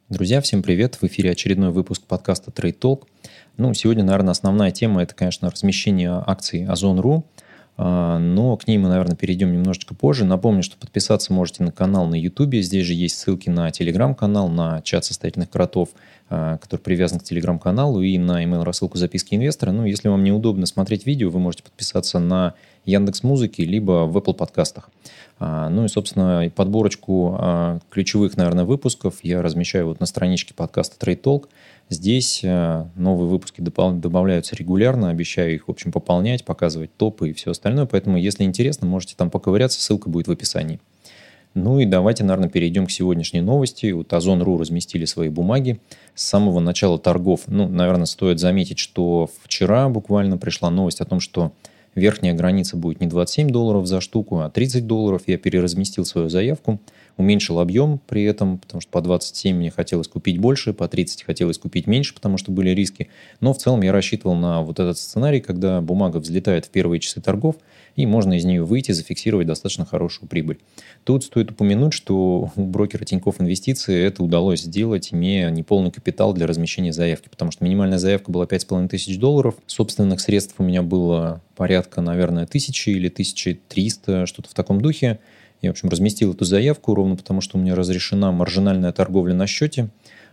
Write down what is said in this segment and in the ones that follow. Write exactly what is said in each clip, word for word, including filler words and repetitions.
Друзья, всем привет! В эфире очередной выпуск подкаста Trade Talk. Ну, сегодня, наверное, основная тема – это, конечно, размещение акций Озон точка ру, но к ней мы, наверное, перейдем немножечко позже. Напомню, что подписаться можете на канал на YouTube. Здесь же есть ссылки на Telegram-канал, на чат состоятельных кротов, который привязан к Telegram-каналу, и на email-рассылку записки инвестора. Ну, если вам неудобно смотреть видео, вы можете подписаться на Яндекс.Музыке либо в Apple подкастах. Ну и, собственно, подборочку ключевых, наверное, выпусков я размещаю вот на страничке подкаста Trade Talk. Здесь новые выпуски добавляются регулярно, обещаю их, в общем, пополнять, показывать топы и все остальное. Поэтому, если интересно, можете там поковыряться, ссылка будет в описании. Ну и давайте, наверное, перейдем к сегодняшней новости. Вот Озон точка ру разместили свои бумаги с самого начала торгов. Ну, наверное, стоит заметить, что вчера буквально пришла новость о том, что верхняя граница будет не двадцать семь долларов за штуку, а тридцать долларов. Я переразместил свою заявку, уменьшил объем при этом, потому что по двадцать семь мне хотелось купить больше, по тридцать хотелось купить меньше, потому что были риски. Но в целом я рассчитывал на вот этот сценарий, когда бумага взлетает в первые часы торгов, и можно из нее выйти, зафиксировать достаточно хорошую прибыль. Тут стоит упомянуть, что у брокера Тинькофф Инвестиции это удалось сделать, имея неполный капитал для размещения заявки, потому что минимальная заявка была пять с половиной тысяч долларов, собственных средств у меня было порядка, наверное, тысячи или тысяча триста, что-то в таком духе. Я, в общем, разместил эту заявку ровно потому, что у меня разрешена маржинальная торговля на счете.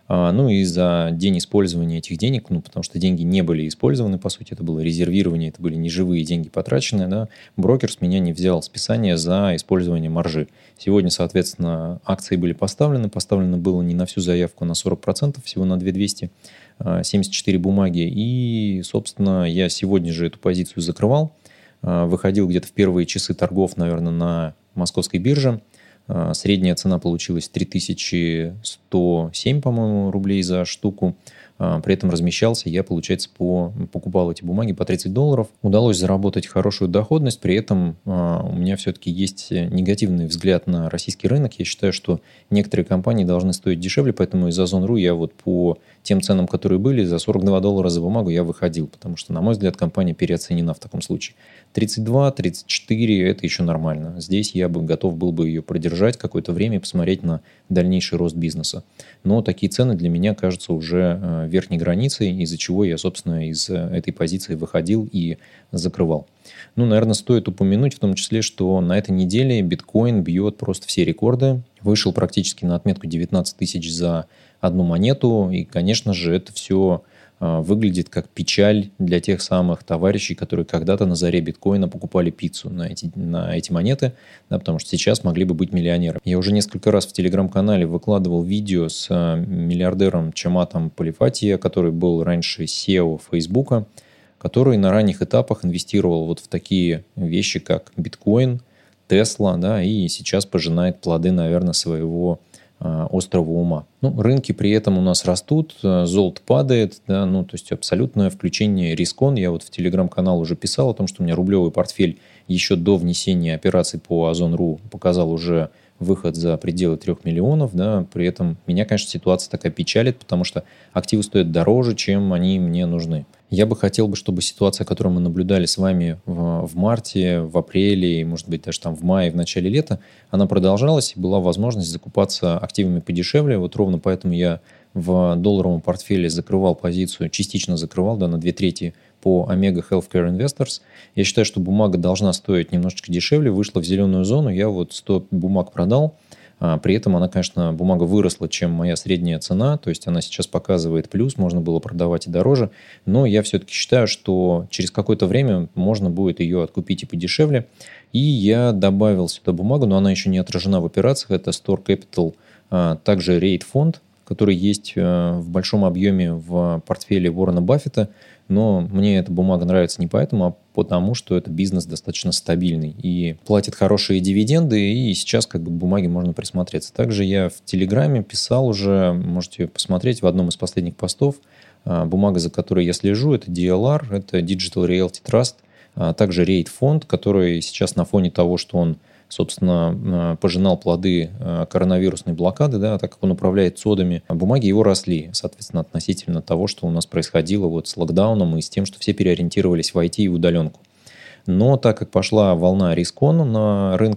Ну и за день использования этих денег, ну потому что деньги не были использованы, по сути, это было резервирование, это были неживые деньги потраченные, да, брокер с меня не взял списание за использование маржи. Сегодня, соответственно, акции были поставлены, поставлено было не на всю заявку, а на сорок процентов, всего на две тысячи двести семьдесят четыре бумаги, и, собственно, я сегодня же эту позицию закрывал, выходил где-то в первые часы торгов, наверное, на московской бирже. Средняя цена получилась три тысячи сто семь, по-моему, рублей за штуку. При этом размещался я, получается, по, покупал эти бумаги по тридцать долларов. Удалось заработать хорошую доходность, при этом у меня все-таки есть негативный взгляд на российский рынок. Я считаю, что некоторые компании должны стоить дешевле, поэтому из Озон точка ру я вот по тем ценам, которые были, за сорок два доллара за бумагу я выходил, потому что, на мой взгляд, компания переоценена в таком случае. тридцать два - тридцать четыре – это еще нормально. Здесь я бы готов был бы ее продержать какое-то время и посмотреть на дальнейший рост бизнеса. Но такие цены для меня кажутся уже верхней границей, из-за чего я, собственно, из этой позиции выходил и закрывал. Ну, наверное, стоит упомянуть в том числе, что на этой неделе биткоин бьет просто все рекорды. Вышел практически на отметку девятнадцать тысяч за одну монету. И, конечно же, это все выглядит как печаль для тех самых товарищей, которые когда-то на заре биткоина покупали пиццу на эти, на эти монеты, да, потому что сейчас могли бы быть миллионерами. Я уже несколько раз в телеграм-канале выкладывал видео с миллиардером Чаматом Полифатия, который был раньше си и о Фейсбука, который на ранних этапах инвестировал вот в такие вещи, как биткоин, Тесла, да, и сейчас пожинает плоды, наверное, своего острого ума. Ну, рынки при этом у нас растут, золото падает, да, ну, то есть абсолютное включение рискон. Я вот в телеграм-канал уже писал о том, что у меня рублевый портфель еще до внесения операций по Озон точка ру показал уже выход за пределы трех миллионов, да, при этом меня, конечно, ситуация такая печалит, потому что активы стоят дороже, чем они мне нужны. Я бы хотел, чтобы ситуация, которую мы наблюдали с вами в, в марте, в апреле, и, может быть, даже там в мае, в начале лета, она продолжалась, и была возможность закупаться активами подешевле. Вот ровно поэтому я в долларовом портфеле закрывал позицию, частично закрывал, да, на две трети по Omega Healthcare Investors. Я считаю, что бумага должна стоить немножечко дешевле, вышла в зеленую зону, я вот сто бумаг продал. При этом она, конечно, бумага выросла, чем моя средняя цена, то есть она сейчас показывает плюс, можно было продавать и дороже, но я все-таки считаю, что через какое-то время можно будет ее откупить и подешевле. И я добавил сюда бумагу, но она еще не отражена в операциях, это Store Capital, также Rate фонд, который есть в большом объеме в портфеле Уоррена Баффета, но мне эта бумага нравится не поэтому, а потому, что это бизнес достаточно стабильный и платит хорошие дивиденды, и сейчас как бы к бумаге можно присмотреться. Также я в Телеграме писал уже, можете посмотреть в одном из последних постов, бумага, за которой я слежу, это ди эл ар, это Digital Realty Trust, а также Rate фонд, который сейчас на фоне того, что он собственно, пожинал плоды коронавирусной блокады, да, так как он управляет цодами, бумаги его росли, соответственно, относительно того, что у нас происходило вот с локдауном и с тем, что все переориентировались в ай ти и в удаленку. Но так как пошла волна рискона на рынках,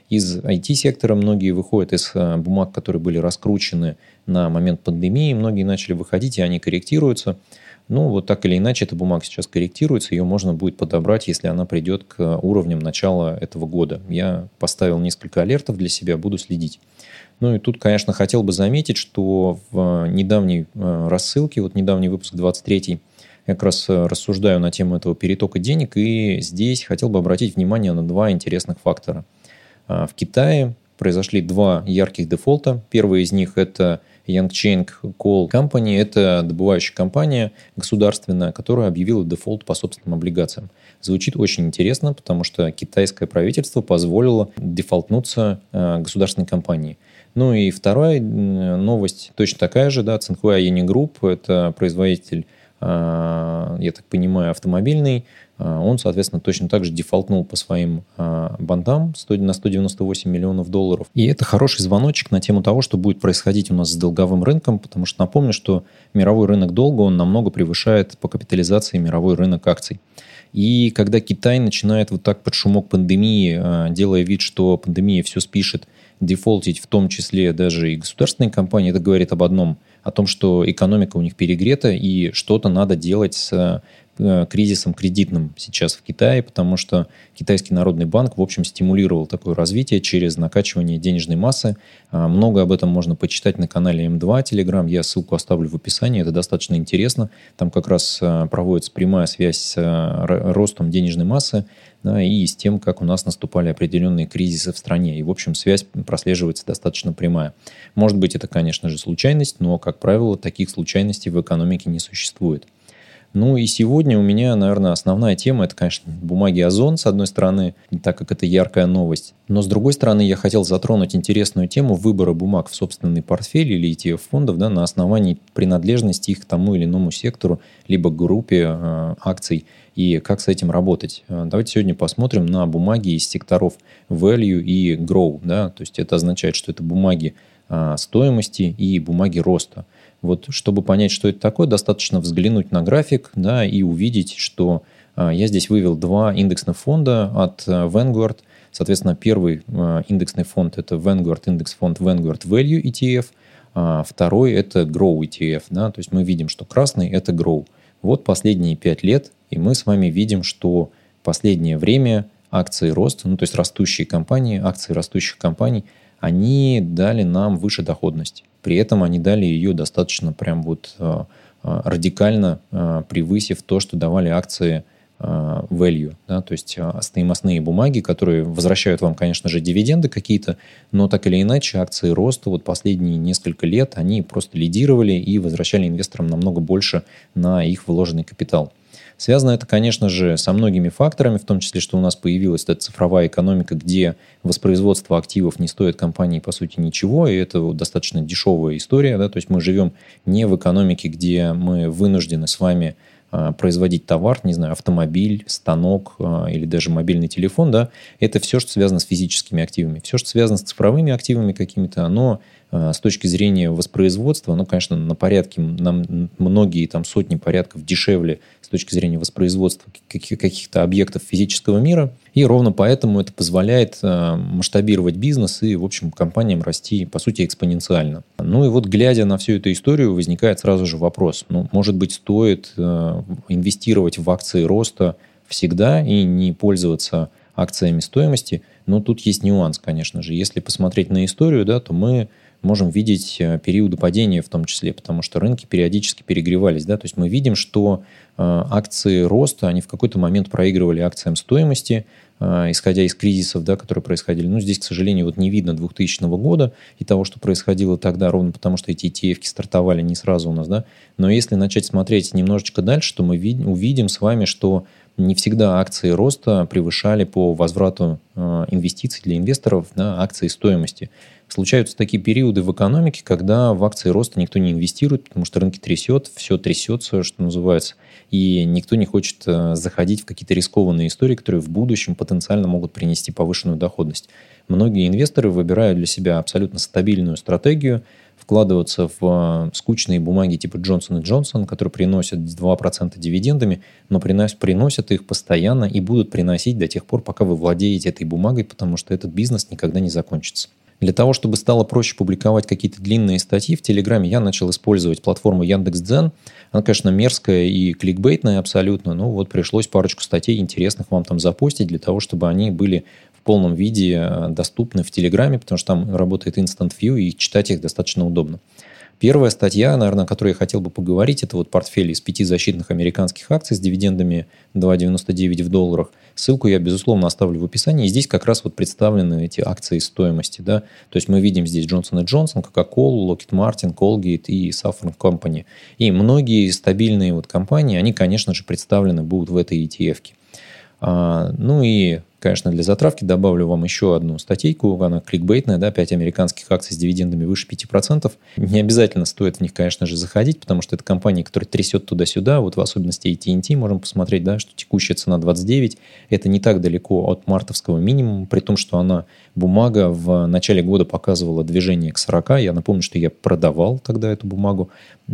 из ай ти-сектора, многие выходят из бумаг, которые были раскручены на момент пандемии, многие начали выходить, и они корректируются. Ну, вот так или иначе, эта бумага сейчас корректируется, ее можно будет подобрать, если она придет к уровням начала этого года. Я поставил несколько алертов для себя, буду следить. Ну и тут, конечно, хотел бы заметить, что в недавней рассылке, вот недавний выпуск двадцать третий, я как раз рассуждаю на тему этого перетока денег, и здесь хотел бы обратить внимание на два интересных фактора. В Китае произошли два ярких дефолта. Первый из них – это Yangcheng Coal Company, это добывающая компания государственная, которая объявила дефолт по собственным облигациям. Звучит очень интересно, потому что китайское правительство позволило дефолтнуться государственной компании. Ну и вторая новость точно такая же, да, Tsinghua Uni Group, это производитель, я так понимаю, автомобильный. Он, соответственно, точно так же дефолтнул по своим бандам на сто девяносто восемь миллионов долларов. И это хороший звоночек на тему того, что будет происходить у нас с долговым рынком, потому что напомню, что мировой рынок долга, он намного превышает по капитализации мировой рынок акций. И когда Китай начинает вот так под шумок пандемии, делая вид, что пандемия все спишет, дефолтить в том числе даже и государственные компании, это говорит об одном, о том, что экономика у них перегрета и что-то надо делать с кризисом кредитным сейчас в Китае, потому что Китайский народный банк, в общем, стимулировал такое развитие через накачивание денежной массы. Много об этом можно почитать на канале эм два Telegram. Я ссылку оставлю в описании. Это достаточно интересно. Там как раз проводится прямая связь с ростом денежной массы, да, и с тем, как у нас наступали определенные кризисы в стране. И, в общем, связь прослеживается достаточно прямая. Может быть, это, конечно же, случайность, но, как правило, таких случайностей в экономике не существует. Ну и сегодня у меня, наверное, основная тема – это, конечно, бумаги Озон, с одной стороны, так как это яркая новость. Но, с другой стороны, я хотел затронуть интересную тему выбора бумаг в собственный портфель или и ти эф-фондов, да, на основании принадлежности их к тому или иному сектору, либо группе э, акций, и как с этим работать. Давайте сегодня посмотрим на бумаги из секторов value и grow. Да? То есть это означает, что это бумаги э, стоимости и бумаги роста. Вот, чтобы понять, что это такое, достаточно взглянуть на график, да, и увидеть, что э, я здесь вывел два индексных фонда от э, Vanguard. Соответственно, первый э, индексный фонд – это Vanguard индекс фонд Vanguard Value и ти эф, а второй – это Grow и ти эф. Да, то есть мы видим, что красный – это Grow. Вот последние пять лет, и мы с вами видим, что последнее время акции роста, ну то есть растущие компании, акции растущих компаний, они дали нам выше доходность. При этом они дали ее достаточно прям вот э, радикально э, превысив то, что давали акции э, value. Да? То есть э, стоимостные бумаги, которые возвращают вам, конечно же, дивиденды какие-то, но так или иначе акции роста вот последние несколько лет, они просто лидировали и возвращали инвесторам намного больше на их вложенный капитал. Связано это, конечно же, со многими факторами, в том числе, что у нас появилась эта цифровая экономика, где воспроизводство активов не стоит компании, по сути, ничего, и это вот достаточно дешевая история. Да? То есть мы живем не в экономике, где мы вынуждены с вами а, производить товар, не знаю, автомобиль, станок а, или даже мобильный телефон. Да? Это все, что связано с физическими активами. Все, что связано с цифровыми активами какими-то, оно с точки зрения воспроизводства, ну, конечно, на порядке, нам многие там сотни порядков дешевле с точки зрения воспроизводства каких-то объектов физического мира. И ровно поэтому это позволяет масштабировать бизнес и, в общем, компаниям расти, по сути, экспоненциально. Ну и вот, глядя на всю эту историю, возникает сразу же вопрос. Ну, может быть, стоит инвестировать в акции роста всегда и не пользоваться акциями стоимости? Но тут есть нюанс, конечно же. Если посмотреть на историю, да, то мы можем видеть периоды падения в том числе, потому что рынки периодически перегревались. Да? То есть мы видим, что э, акции роста, они в какой-то момент проигрывали акциям стоимости, э, исходя из кризисов, да, которые происходили. Ну, здесь, к сожалению, вот не видно двухтысячного года и того, что происходило тогда, ровно потому что эти и ти эф-ки стартовали не сразу у нас. Да? Но если начать смотреть немножечко дальше, то мы вид- увидим с вами, что не всегда акции роста превышали по возврату э, инвестиций для инвесторов на акции стоимости. Случаются такие периоды в экономике, когда в акции роста никто не инвестирует, потому что рынки трясет, все трясется, что называется, и никто не хочет э, заходить в какие-то рискованные истории, которые в будущем потенциально могут принести повышенную доходность. Многие инвесторы выбирают для себя абсолютно стабильную стратегию, в вкладываться в скучные бумаги типа Johnson энд Johnson, которые приносят два процента дивидендами, но приносят, приносят их постоянно и будут приносить до тех пор, пока вы владеете этой бумагой, потому что этот бизнес никогда не закончится. Для того, чтобы стало проще публиковать какие-то длинные статьи в Телеграме, я начал использовать платформу Яндекс.Дзен. Она, конечно, мерзкая и кликбейтная абсолютно, но вот пришлось парочку статей интересных вам там запостить для того, чтобы они были в полном виде доступны в Телеграме, потому что там работает Instant View, и читать их достаточно удобно. Первая статья, наверное, о которой я хотел бы поговорить, это вот портфель из пяти защитных американских акций с дивидендами два девяносто девять в долларах. Ссылку я, безусловно, оставлю в описании. И здесь как раз вот представлены эти акции стоимости. Да? То есть мы видим здесь Johnson энд Johnson, Coca-Cola, Lockheed Martin, Colgate и Safran Company. И многие стабильные вот компании, они, конечно же, представлены будут в этой и ти эф-ке. А, ну и, конечно, для затравки добавлю вам еще одну статейку. Она кликбейтная, да, пять американских акций с дивидендами выше пяти процентов. Не обязательно стоит в них, конечно же, заходить, потому что это компания, которая трясет туда-сюда. Вот в особенности эй ти энд ти можем посмотреть, да, что текущая цена двадцать девять. Это не так далеко от мартовского минимума, при том, что она, бумага, в начале года показывала движение к сорока. Я напомню, что я продавал тогда эту бумагу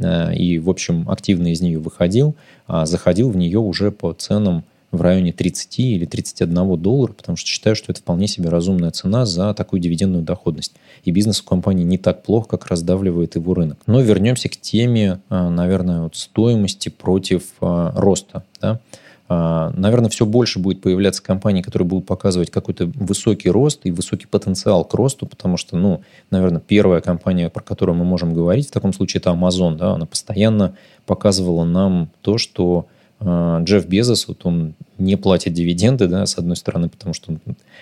и, в общем, активно из нее выходил, а заходил в нее уже по ценам в районе тридцати или тридцати одного доллара, потому что считаю, что это вполне себе разумная цена за такую дивидендную доходность. И бизнес у компании не так плох, как раздавливает его рынок. Но вернемся к теме, наверное, вот стоимости против роста. Да? Наверное, все больше будет появляться компаний, которые будут показывать какой-то высокий рост и высокий потенциал к росту, потому что, ну, наверное, первая компания, про которую мы можем говорить в таком случае, это Amazon. Да? Она постоянно показывала нам то, что Джефф Безос, вот он не платит дивиденды, да, с одной стороны, потому что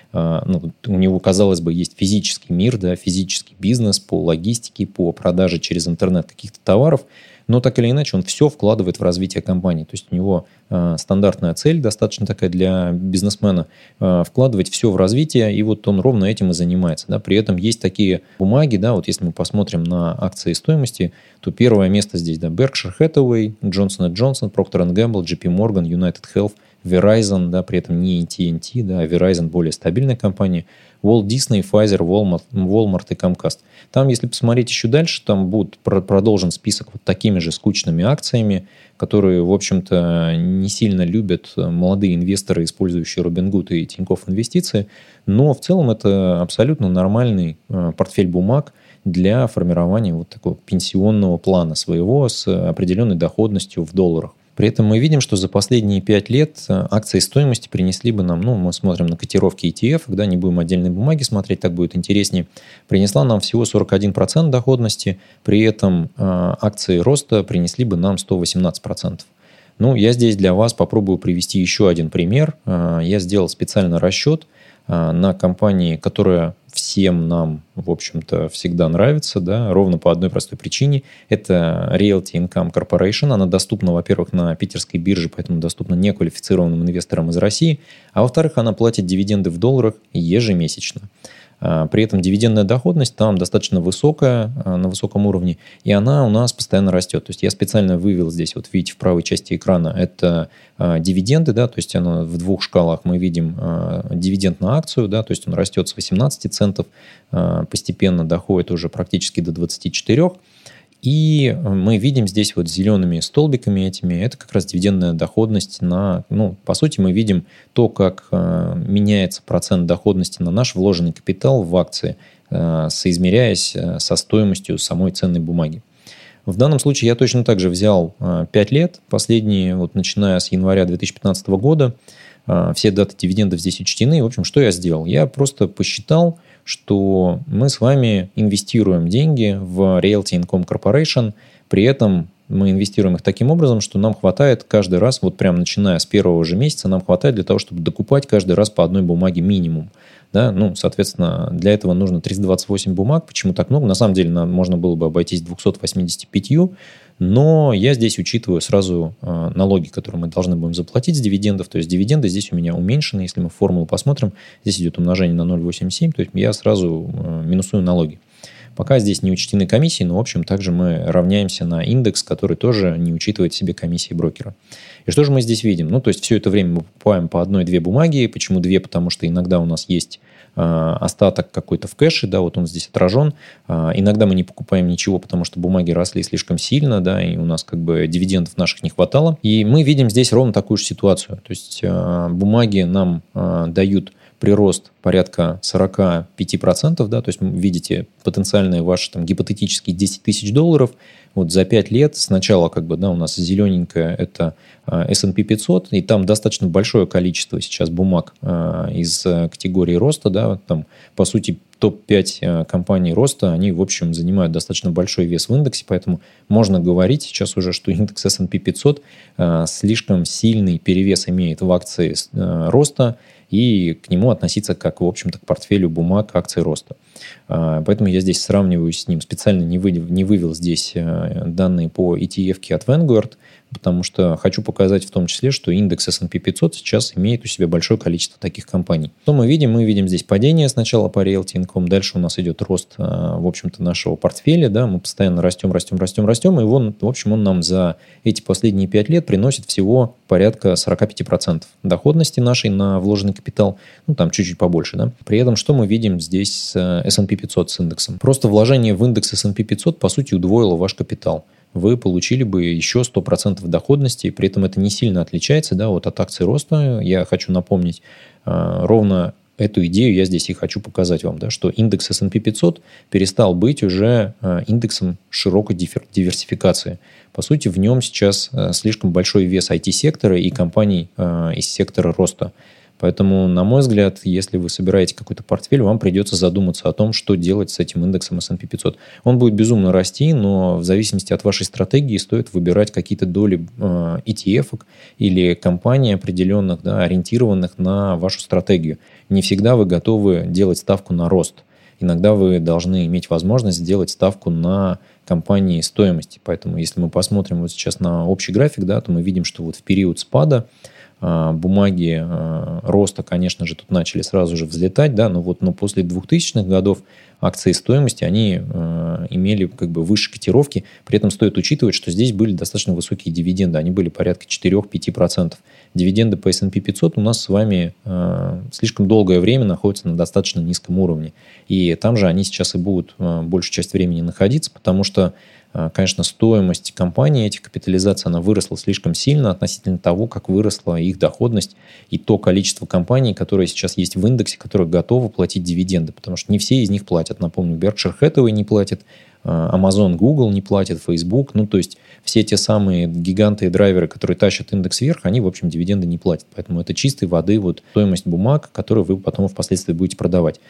ну, у него, казалось бы, есть физический мир, да, физический бизнес по логистике, по продаже через интернет каких-то товаров, но так или иначе он все вкладывает в развитие компании. То есть у него э, стандартная цель, достаточно такая для бизнесмена, э, вкладывать все в развитие, и вот он ровно этим и занимается. Да. При этом есть такие бумаги, да, вот если мы посмотрим на акции стоимости, то первое место здесь, да, Berkshire Hathaway, Johnson энд Johnson, Procter энд Gamble, джей пи Morgan, United Health, Verizon, да, при этом не эй ти энд ти, да, а Verizon более стабильная компания, Walt Disney, Pfizer, Walmart, Walmart и Comcast. Там, если посмотреть еще дальше, там будет продолжен список вот такими же скучными акциями, которые, в общем-то, не сильно любят молодые инвесторы, использующие Robinhood и Тинькофф Инвестиции, но в целом это абсолютно нормальный портфель бумаг для формирования вот такого пенсионного плана своего с определенной доходностью в долларах. При этом мы видим, что за последние пять лет акции стоимости принесли бы нам, ну, мы смотрим на котировки и ти эф, когда не будем отдельные бумаги смотреть, так будет интереснее, принесла нам всего сорок один процент доходности, при этом э, акции роста принесли бы нам сто восемнадцать процентов. Ну, я здесь для вас попробую привести еще один пример. Э, я сделал специально расчет э, на компании, которая всем нам, в общем-то, всегда нравится, да, ровно по одной простой причине. Это Realty Income Corporation. Она доступна, во-первых, на питерской бирже, поэтому доступна неквалифицированным инвесторам из России, а во-вторых, она платит дивиденды в долларах ежемесячно. При этом дивидендная доходность там достаточно высокая, на высоком уровне, и она у нас постоянно растет. То есть я специально вывел здесь, вот видите, в правой части экрана, это дивиденды, да, то есть оно в двух шкалах мы видим дивиденд на акцию, да, то есть он растет с восемнадцати центов, постепенно доходит уже практически до двадцати четырёх. И мы видим здесь вот зелеными столбиками этими, это как раз дивидендная доходность на, ну, по сути, мы видим то, как э, меняется процент доходности на наш вложенный капитал в акции, э, соизмеряясь э, со стоимостью самой ценной бумаги. В данном случае я точно так же взял э, пять лет, последние, вот начиная с января две тысячи пятнадцатого года, э, все даты дивидендов здесь учтены. В общем, что я сделал? Я просто посчитал, что мы с вами инвестируем деньги в Realty Income Corporation, при этом мы инвестируем их таким образом, что нам хватает каждый раз, вот прям начиная с первого же месяца, нам хватает для того, чтобы докупать каждый раз по одной бумаге минимум. Да? Ну, соответственно, для этого нужно триста двадцать восемь бумаг. Почему так много? На самом деле нам можно было бы обойтись двумястами восьмидесятью пятью, но я здесь учитываю сразу э, налоги, которые мы должны будем заплатить с дивидендов. То есть дивиденды здесь у меня уменьшены. Если мы формулу посмотрим, здесь идет умножение на ноль целых восемьдесят семь, то есть я сразу э, минусую налоги. Пока здесь не учтены комиссии, но, в общем, также мы равняемся на индекс, который тоже не учитывает в себе комиссии брокера. И что же мы здесь видим? Ну, то есть, все это время мы покупаем по одной-две бумаги. Почему две? Потому что иногда у нас есть э, остаток какой-то в кэше, да, вот он здесь отражен. Э, иногда мы не покупаем ничего, потому что бумаги росли слишком сильно, да, и у нас как бы дивидендов наших не хватало. И мы видим здесь ровно такую же ситуацию. То есть, э, бумаги нам э, дают прирост порядка сорок пять процентов, да, то есть видите потенциальные ваши там гипотетические десять тысяч долларов вот за пять лет. Сначала как бы, да, у нас зелененькое это эс энд пи пятьсот, и там достаточно большое количество сейчас бумаг э, из категории роста, да, там по сути топ пять компаний роста, они в общем занимают достаточно большой вес в индексе, поэтому можно говорить сейчас уже, что индекс эс энд пи пятьсот э, слишком сильный перевес имеет в акции э, роста, и к нему относиться как, в общем-то, к портфелю бумаг акций роста. Поэтому я здесь сравниваю с ним. Специально не вывел, не вывел здесь данные по и ти эф-ке от Vanguard, потому что хочу показать в том числе, что индекс эс энд пи пятьсот сейчас имеет у себя большое количество таких компаний. Что мы видим? Мы видим здесь падение сначала по Realty Income, дальше у нас идет рост, в общем-то, нашего портфеля, да, мы постоянно растем, растем, растем, растем, и вон, в общем, он нам за эти последние пять лет приносит всего порядка сорок пять процентов доходности нашей на вложенный капитал, ну, там чуть-чуть побольше, да. При этом, что мы видим здесь с эс энд пи пятьсот, с индексом? Просто вложение в индекс эс энд пи пятьсот, по сути, удвоило ваш капитал. Вы получили бы еще сто процентов доходности, при этом это не сильно отличается, да, вот от акций роста. Я хочу напомнить, ровно эту идею я здесь и хочу показать вам, да, что индекс эс энд пи пятьсот перестал быть уже индексом широкой диверсификации. По сути, в нем сейчас слишком большой вес ай ти-сектора и компаний из сектора роста. Поэтому, на мой взгляд, если вы собираете какой-то портфель, вам придется задуматься о том, что делать с этим индексом эс энд пи пятьсот. Он будет безумно расти, но в зависимости от вашей стратегии стоит выбирать какие-то доли э, и ти эф-ок или компаний определенных, да, ориентированных на вашу стратегию. Не всегда вы готовы делать ставку на рост. Иногда вы должны иметь возможность сделать ставку на компании стоимости. Поэтому, если мы посмотрим вот сейчас на общий график, да, то мы видим, что вот в период спада бумаги э, роста, конечно же, тут начали сразу же взлетать, да, но вот но после двухтысячных годов акции стоимости, они э, имели как бы выше котировки, при этом стоит учитывать, что здесь были достаточно высокие дивиденды, они были порядка четыре-пять процентов. Дивиденды по эс энд пи пятьсот у нас с вами э, слишком долгое время находятся на достаточно низком уровне, и там же они сейчас и будут э, большую часть времени находиться, потому что конечно, стоимость компании, этих капитализаций, она выросла слишком сильно относительно того, как выросла их доходность и то количество компаний, которые сейчас есть в индексе, которые готовы платить дивиденды, потому что не все из них платят. Напомню, Berkshire Hathaway не платит, Amazon, Google не платят, Facebook, ну, то есть все те самые гиганты и драйверы, которые тащат индекс вверх, они, в общем, дивиденды не платят. Поэтому это чистой воды вот стоимость бумаг, которую вы потом впоследствии будете продавать.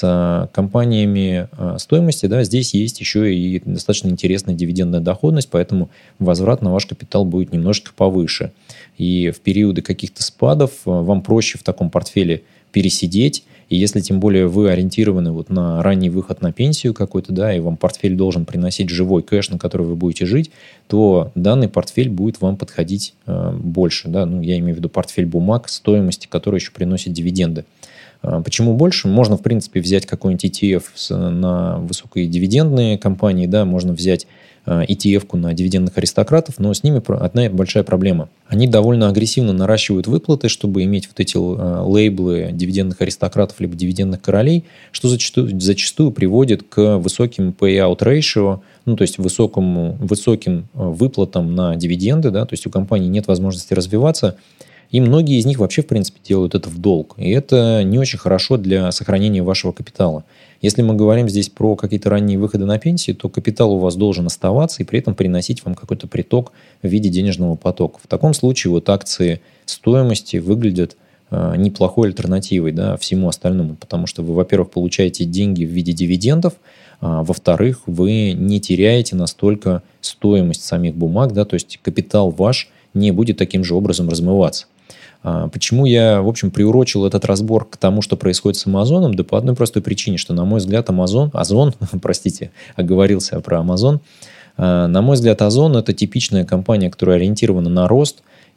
С компаниями стоимости, да, здесь есть еще и достаточно интересная дивидендная доходность, поэтому возврат на ваш капитал будет немножко повыше. И в периоды каких-то спадов вам проще в таком портфеле пересидеть. И если тем более вы ориентированы вот на ранний выход на пенсию какой-то, да, и вам портфель должен приносить живой кэш, на который вы будете жить, то данный портфель будет вам подходить э, больше. Да? Ну, я имею в виду портфель бумаг стоимости, который еще приносит дивиденды. Э, почему больше? Можно, в принципе, взять какой-нибудь и ти эф с, на высокие дивидендные компании, да, можно взять и ти эф-ку на дивидендных аристократов, но с ними одна большая проблема. Они довольно агрессивно наращивают выплаты, чтобы иметь вот эти лейблы дивидендных аристократов либо дивидендных королей, что зачастую, зачастую приводит к высоким payout ratio, ну, то есть высокому, высоким выплатам на дивиденды, да, то есть у компании нет возможности развиваться, и многие из них вообще, в принципе, делают это в долг. И это не очень хорошо для сохранения вашего капитала. Если мы говорим здесь про какие-то ранние выходы на пенсию, то капитал у вас должен оставаться и при этом приносить вам какой-то приток в виде денежного потока. В таком случае вот акции стоимости выглядят э, неплохой альтернативой, да, всему остальному, потому что вы, во-первых, получаете деньги в виде дивидендов, а во-вторых, вы не теряете настолько стоимость самих бумаг, да, то есть капитал ваш не будет таким же образом размываться. Почему я, в общем, приурочил этот разбор к тому, что происходит с Амазоном? Да по одной простой причине, что, на мой взгляд, Амазон, Озон, простите, оговорился про Амазон. На мой взгляд, Озон – это типичная компания, которая ориентирована на рост,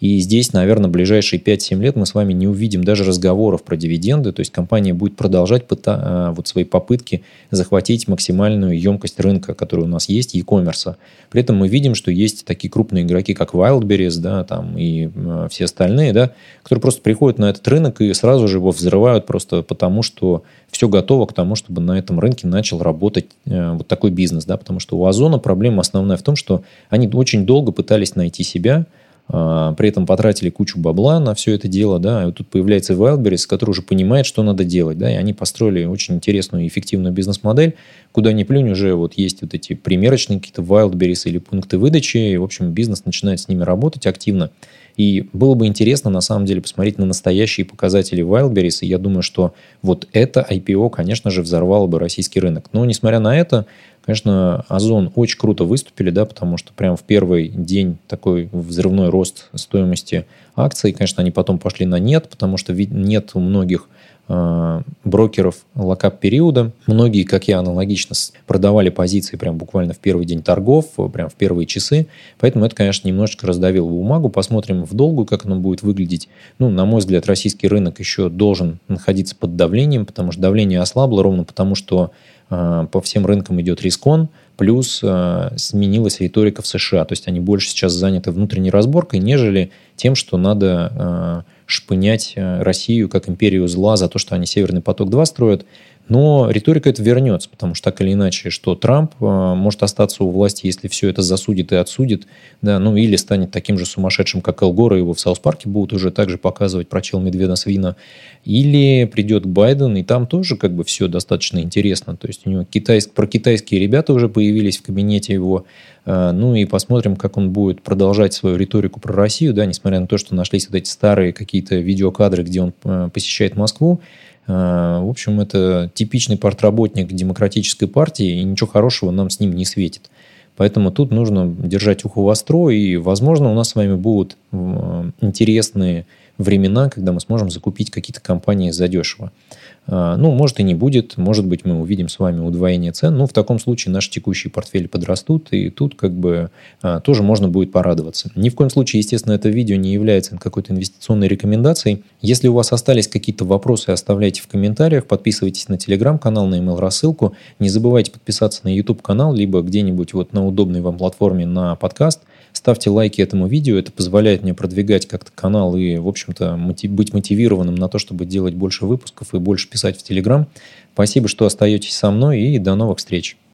И здесь, наверное, ближайшие пять-семь лет мы с вами не увидим даже разговоров про дивиденды, то есть компания будет продолжать пыта- вот свои попытки захватить максимальную емкость рынка, который у нас есть, e-commerce. При этом мы видим, что есть такие крупные игроки, как Wildberries, да, там, и э, все остальные, да, которые просто приходят на этот рынок и сразу же его взрывают просто потому, что все готово к тому, чтобы на этом рынке начал работать э, вот такой бизнес, да, потому что у Озона проблема основная в том, что они очень долго пытались найти себя, э, при этом потратили кучу бабла на все это дело, да, и вот тут появляется Wildberries, который уже понимает, что надо делать, да, и они построили очень интересную и эффективную бизнес-модель, куда ни плюнь, уже вот есть вот эти примерочные какие-то Wildberries или пункты выдачи, и, в общем, бизнес начинает с ними работать активно. И было бы интересно, на самом деле, посмотреть на настоящие показатели Wildberries, и я думаю, что вот это ай пи о, конечно же, взорвало бы российский рынок. Но, несмотря на это, конечно, Озон очень круто выступили, да, потому что прям в первый день такой взрывной рост стоимости акций, конечно, они потом пошли на нет, потому что нет у многих брокеров локап-периода. Многие, как я, аналогично продавали позиции прям буквально в первый день торгов, прям в первые часы. Поэтому это, конечно, немножечко раздавило бумагу. Посмотрим в долгую, как оно будет выглядеть. Ну, на мой взгляд, российский рынок еще должен находиться под давлением, потому что давление ослабло ровно потому, что э, по всем рынкам идет рискон, плюс э, сменилась риторика в США. То есть они больше сейчас заняты внутренней разборкой, нежели тем, что надо э, шпынять Россию как империю зла за то, что они Северный поток-два строят. Но риторика это вернется, потому что так или иначе, что Трамп э, может остаться у власти, если все это засудит и отсудит, да, ну или станет таким же сумасшедшим, как Эл Гор, и его в Саус-парке будут уже также показывать про чел Медведа Свина, или придет Байден, и там тоже как бы все достаточно интересно. То есть у него китайск, про китайские ребята уже появились в кабинете его. Ну и посмотрим, как он будет продолжать свою риторику про Россию, да, несмотря на то, что нашлись вот эти старые какие-то видеокадры, где он посещает Москву. В общем, это типичный партработник демократической партии, и ничего хорошего нам с ним не светит. Поэтому тут нужно держать ухо востро, и, возможно, у нас с вами будут интересные времена, когда мы сможем закупить какие-то компании задешево. Ну, может и не будет, может быть, мы увидим с вами удвоение цен, но в таком случае наши текущие портфели подрастут, и тут как бы тоже можно будет порадоваться. Ни в коем случае, естественно, это видео не является какой-то инвестиционной рекомендацией. Если у вас остались какие-то вопросы, оставляйте в комментариях, подписывайтесь на телеграм-канал, на email-рассылку, не забывайте подписаться на YouTube-канал, либо где-нибудь вот на удобной вам платформе на подкаст. Ставьте лайки этому видео, это позволяет мне продвигать как-то канал и, в общем-то, мотив- быть мотивированным на то, чтобы делать больше выпусков и больше писать в Телеграм. Спасибо, что остаетесь со мной, и до новых встреч.